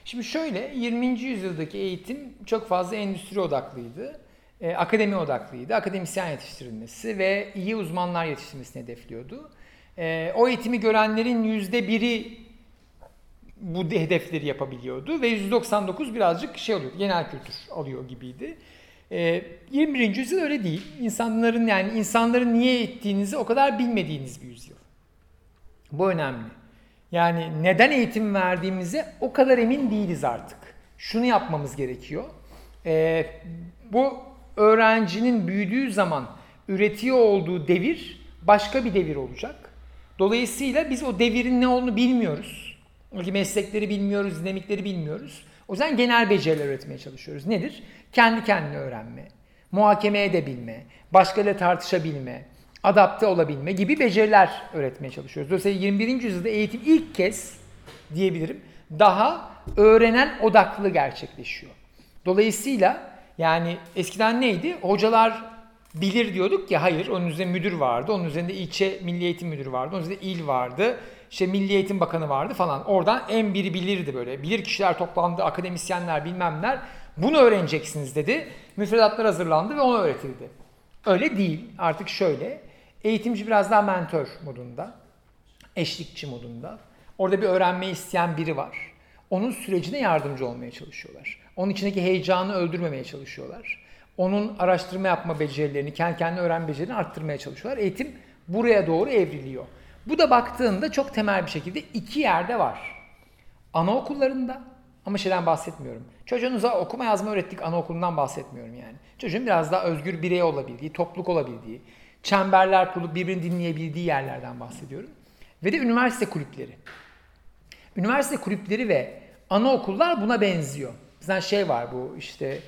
Şimdi şöyle, 20. yüzyıldaki eğitim çok fazla endüstri odaklıydı. Akademi odaklıydı. Akademisyen yetiştirilmesi ve iyi uzmanlar yetiştirilmesini hedefliyordu. O eğitimi görenlerin %1'i bu hedefleri yapabiliyordu ve %99 birazcık şey oluyor, genel kültür alıyor gibiydi. 21. yüzyıl öyle değil. İnsanların niye eğittiğinizi o kadar bilmediğiniz bir yüzyıl. Bu önemli. Yani neden eğitim verdiğimize o kadar emin değiliz artık. Şunu yapmamız gerekiyor. Bu öğrencinin büyüdüğü zaman üretiyor olduğu devir başka bir devir olacak. Dolayısıyla biz o devirin ne olduğunu bilmiyoruz. Oradaki meslekleri bilmiyoruz, dinamikleri bilmiyoruz. O yüzden genel beceriler öğretmeye çalışıyoruz. Nedir? Kendi kendine öğrenme, muhakeme edebilme, başkalarıyla tartışabilme, adapte olabilme gibi beceriler öğretmeye çalışıyoruz. Dolayısıyla 21. yüzyılda eğitim ilk kez diyebilirim daha öğrenen odaklı gerçekleşiyor. Dolayısıyla yani eskiden neydi? Hocalar bilir diyorduk ya, hayır, onun üzerinde müdür vardı, onun üzerinde ilçe milli eğitim müdürü vardı, onun üzerinde il vardı, işte Milli Eğitim Bakanı vardı falan. Oradan en biri bilirdi böyle. Bilir kişiler toplandı, akademisyenler bilmemler. Bunu öğreneceksiniz dedi. Müfredatlar hazırlandı ve onu öğretildi. Öyle değil. Artık şöyle. Eğitimci biraz daha mentor modunda. Eşlikçi modunda. Orada bir öğrenmeyi isteyen biri var. Onun sürecine yardımcı olmaya çalışıyorlar. Onun içindeki heyecanı öldürmemeye çalışıyorlar. Onun araştırma yapma becerilerini, kendi kendine öğrenme becerilerini arttırmaya çalışıyorlar. Eğitim buraya doğru evriliyor. Bu da baktığında çok temel bir şekilde iki yerde var. Anaokullarında, ama şeyden bahsetmiyorum. Çocuğunuza okuma yazma öğrettik, anaokulundan bahsetmiyorum yani. Çocuğun biraz daha özgür birey olabildiği, topluluk olabildiği, çemberler kurup birbirini dinleyebildiği yerlerden bahsediyorum. Ve de üniversite kulüpleri. Üniversite kulüpleri ve anaokullar buna benziyor. Bizden şey var, bu işte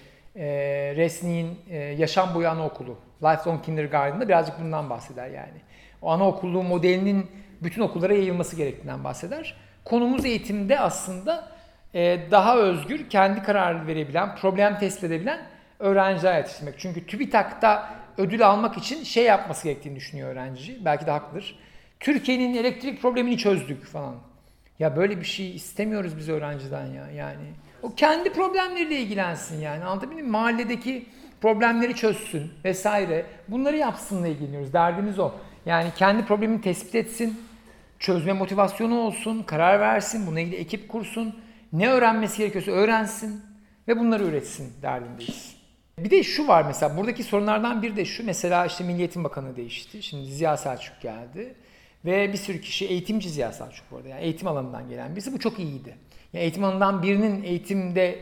Resni'nin yaşam boyu anaokulu, Lifelong Kindergarten'da birazcık bundan bahseder yani. O anaokulu modelinin bütün okullara yayılması gerektiğinden bahseder. Konumuz eğitimde aslında daha özgür, kendi karar verebilen, problem tespit edebilen öğrenciler yetiştirmek. Çünkü TÜBİTAK'ta ödül almak için şey yapması gerektiğini düşünüyor öğrenci. Belki de haklıdır. Türkiye'nin elektrik problemini çözdük falan. Ya böyle bir şey istemiyoruz biz öğrenciden ya. Yani o kendi problemleriyle ilgilensin yani. Anlatabildim mi? Mahalledeki problemleri çözsün vesaire. Bunları yapsınla ilgileniyoruz. Derdimiz o. Yani kendi problemini tespit etsin. Çözme motivasyonu olsun. Karar versin. Bununla ilgili ekip kursun. Ne öğrenmesi gerekiyorsa öğrensin. Ve bunları üretsin derdindeyiz. Bir de şu var mesela. Buradaki sorunlardan biri de şu. Mesela işte Milli Eğitim Bakanı değişti. Şimdi Ziya Selçuk geldi. Ve bir sürü kişi, eğitimci Ziya Selçuk bu arada, yani eğitim alanından gelen birisi, bu çok iyiydi. Yani eğitim alanından birinin eğitimde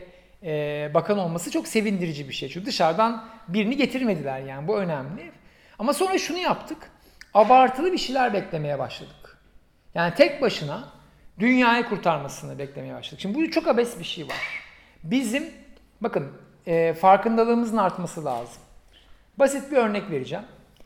bakan olması çok sevindirici bir şey. Çünkü dışarıdan birini getirmediler yani, bu önemli. Ama sonra şunu yaptık, abartılı bir şeyler beklemeye başladık. Yani tek başına dünyayı kurtarmasını beklemeye başladık. Şimdi bu çok abes bir şey var. Bizim, bakın farkındalığımızın artması lazım. Basit bir örnek vereceğim.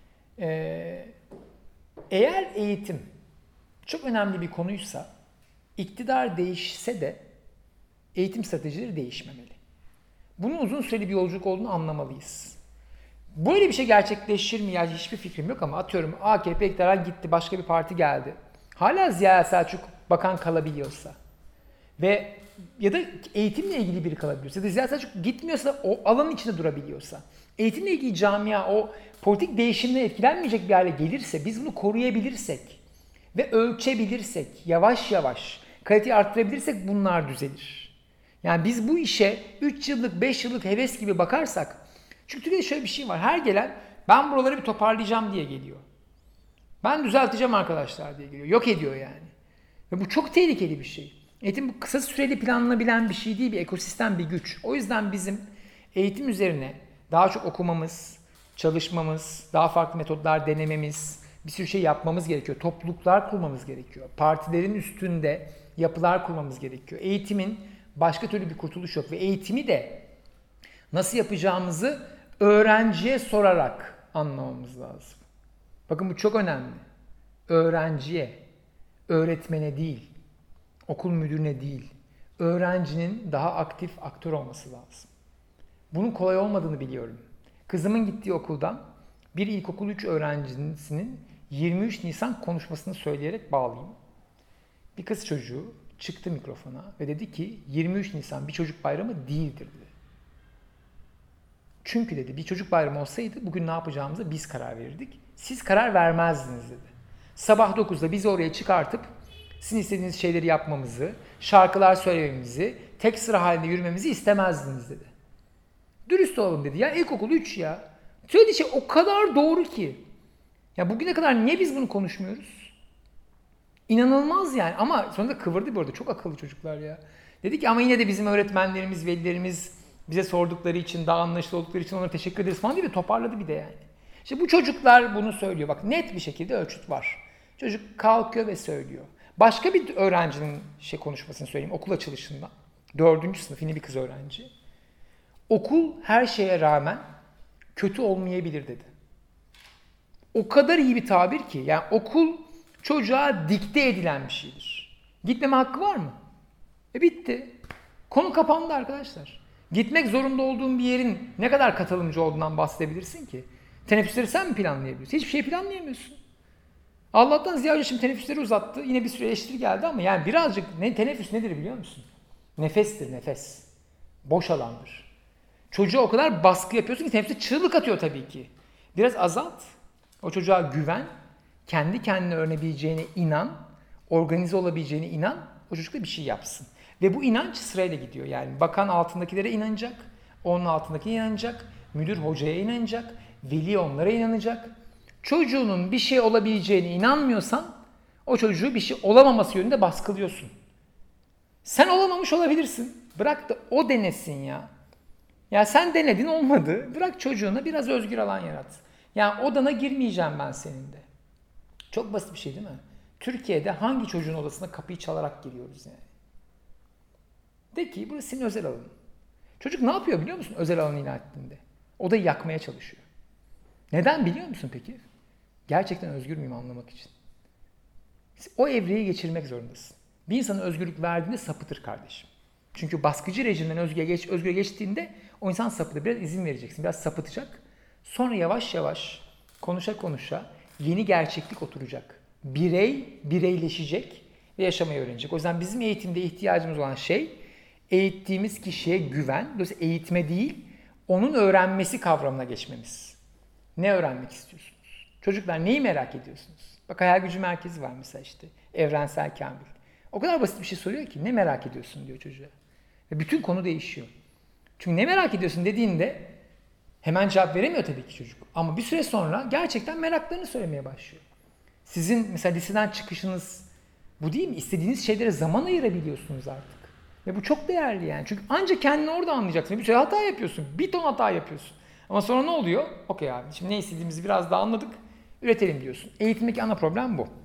Eğer eğitim çok önemli bir konuysa, iktidar değişse de eğitim stratejileri değişmemeli. Bunun uzun süreli bir yolculuk olduğunu anlamalıyız. Böyle bir şey gerçekleşir mi? Yani hiçbir fikrim yok ama atıyorum AKP iktidara gitti, başka bir parti geldi. Hala Ziya Selçuk bakan kalabiliyorsa ve ya da eğitimle ilgili biri kalabiliyorsa ya da Ziya Selçuk gitmiyorsa, o alanın içinde durabiliyorsa, eğitimle ilgili camia o politik değişimle etkilenmeyecek bir hale gelirse, biz bunu koruyabilirsek ve ölçebilirsek, yavaş yavaş kaliteyi arttırabilirsek bunlar düzelir. Yani biz bu işe 3 yıllık, 5 yıllık heves gibi bakarsak, çünkü Türkiye'de şöyle bir şey var, her gelen ben buraları bir toparlayacağım diye geliyor. Ben düzelteceğim arkadaşlar diye geliyor. Yok ediyor yani. Ve bu çok tehlikeli bir şey. Eğitim bu kısa süreli planlanabilen bir şey değil, bir ekosistem, bir güç. O yüzden bizim eğitim üzerine daha çok okumamız, çalışmamız, daha farklı metotlar denememiz, bir sürü şey yapmamız gerekiyor. Topluluklar kurmamız gerekiyor. Partilerin üstünde yapılar kurmamız gerekiyor. Eğitimin başka türlü bir kurtuluş yok ve eğitimi de nasıl yapacağımızı öğrenciye sorarak anlamamız lazım. Bakın bu çok önemli. Öğrenciye, öğretmene değil, okul müdürüne değil, öğrencinin daha aktif aktör olması lazım. Bunun kolay olmadığını biliyorum. Kızımın gittiği okuldan bir ilkokul 3 öğrencisinin 23 Nisan konuşmasını söyleyerek bağlayayım. Bir kız çocuğu çıktı mikrofona ve dedi ki 23 Nisan bir çocuk bayramı değildir dedi. Çünkü dedi bir çocuk bayramı olsaydı bugün ne yapacağımıza biz karar verirdik. Siz karar vermezdiniz dedi. Sabah 9'da bizi oraya çıkartıp sizin istediğiniz şeyleri yapmamızı, şarkılar söylememizi, tek sıra halinde yürümemizi istemezdiniz dedi. Dürüst olalım dedi ya. İlkokul 3 ya. Söylediği şey o kadar doğru ki. Ya bugüne kadar niye biz bunu konuşmuyoruz? İnanılmaz yani. Ama sonunda kıvırdı bu arada. Çok akıllı çocuklar ya. Dedi ki ama yine de bizim öğretmenlerimiz, velilerimiz bize sordukları için, daha anlaşılı oldukları için onlara teşekkür ederiz falan diye toparladı bir de yani. İşte bu çocuklar bunu söylüyor. Bak net bir şekilde ölçüt var. Çocuk kalkıyor ve söylüyor. Başka bir öğrencinin konuşmasını söyleyeyim okul açılışında. 4. sınıf yine bir kız öğrenci. Okul her şeye rağmen kötü olmayabilir dedi. O kadar iyi bir tabir ki. Yani okul çocuğa dikte edilen bir şeydir. Gitmeme hakkı var mı? Bitti. Konu kapandı arkadaşlar. Gitmek zorunda olduğun bir yerin ne kadar katılımcı olduğundan bahsedebilirsin ki? Teneffüsleri sen mi planlayabiliyorsun? Hiçbir şey planlayamıyorsun. Allah'tan Ziya Hoca şimdi teneffüsleri uzattı. Yine bir sürü eleştiri geldi ama yani birazcık teneffüs nedir biliyor musun? Nefestir, nefes. Boş alandır. Çocuğa o kadar baskı yapıyorsun ki teneffüste çığlık atıyor tabii ki. Biraz azalt. O çocuğa güven. Kendi kendine öğrenebileceğine inan. Organize olabileceğine inan. O çocuk da bir şey yapsın. Ve bu inanç sırayla gidiyor. Yani bakan altındakilere inanacak. Onun altındakine inanacak. Müdür hocaya inanacak. Veli onlara inanacak. Çocuğunun bir şey olabileceğine inanmıyorsan o çocuğu bir şey olamaması yönünde baskılıyorsun. Sen olamamış olabilirsin. Bırak da o denesin ya. Ya sen denedin olmadı. Bırak çocuğuna biraz özgür alan yarat. Yani odana girmeyeceğim ben senin de. Çok basit bir şey değil mi? Türkiye'de hangi çocuğun odasına kapıyı çalarak giriyoruz yani? De ki burası senin özel alanın. Çocuk ne yapıyor biliyor musun özel alanı ilan ettiğinde? Odayı yakmaya çalışıyor. Neden biliyor musun peki? Gerçekten özgür müyüm anlamak için. O evreyi geçirmek zorundasın. Bir insana özgürlük verdiğinde sapıtır kardeşim. Çünkü baskıcı rejimden özgüre geçtiğinde o insan sapıtır. Biraz izin vereceksin. Biraz sapıtacak. Sonra yavaş yavaş konuşa yeni gerçeklik oturacak. Birey bireyleşecek ve yaşamayı öğrenecek. O yüzden bizim eğitimde ihtiyacımız olan şey eğittiğimiz kişiye güven. Dolayısıyla eğitime değil onun öğrenmesi kavramına geçmemiz. Ne öğrenmek istiyorsunuz? Çocuklar neyi merak ediyorsunuz? Bak hayal gücü merkezi var mesela işte. Evrensel Kamil. O kadar basit bir şey soruyor ki ne merak ediyorsun diyor çocuğa. Ve bütün konu değişiyor. Çünkü ne merak ediyorsun dediğinde hemen cevap veremiyor tabii ki çocuk. Ama bir süre sonra gerçekten meraklarını söylemeye başlıyor. Sizin mesela liseden çıkışınız bu değil mi? İstediğiniz şeylere zaman ayırabiliyorsunuz artık. Ve bu çok değerli yani. Çünkü ancak kendini orada anlayacaksın. Bir sürü hata yapıyorsun. Bir ton hata yapıyorsun. Ama sonra ne oluyor? Okey abi şimdi ne istediğimizi biraz daha anladık. Üretelim diyorsun. Eğitimdeki ana problem bu.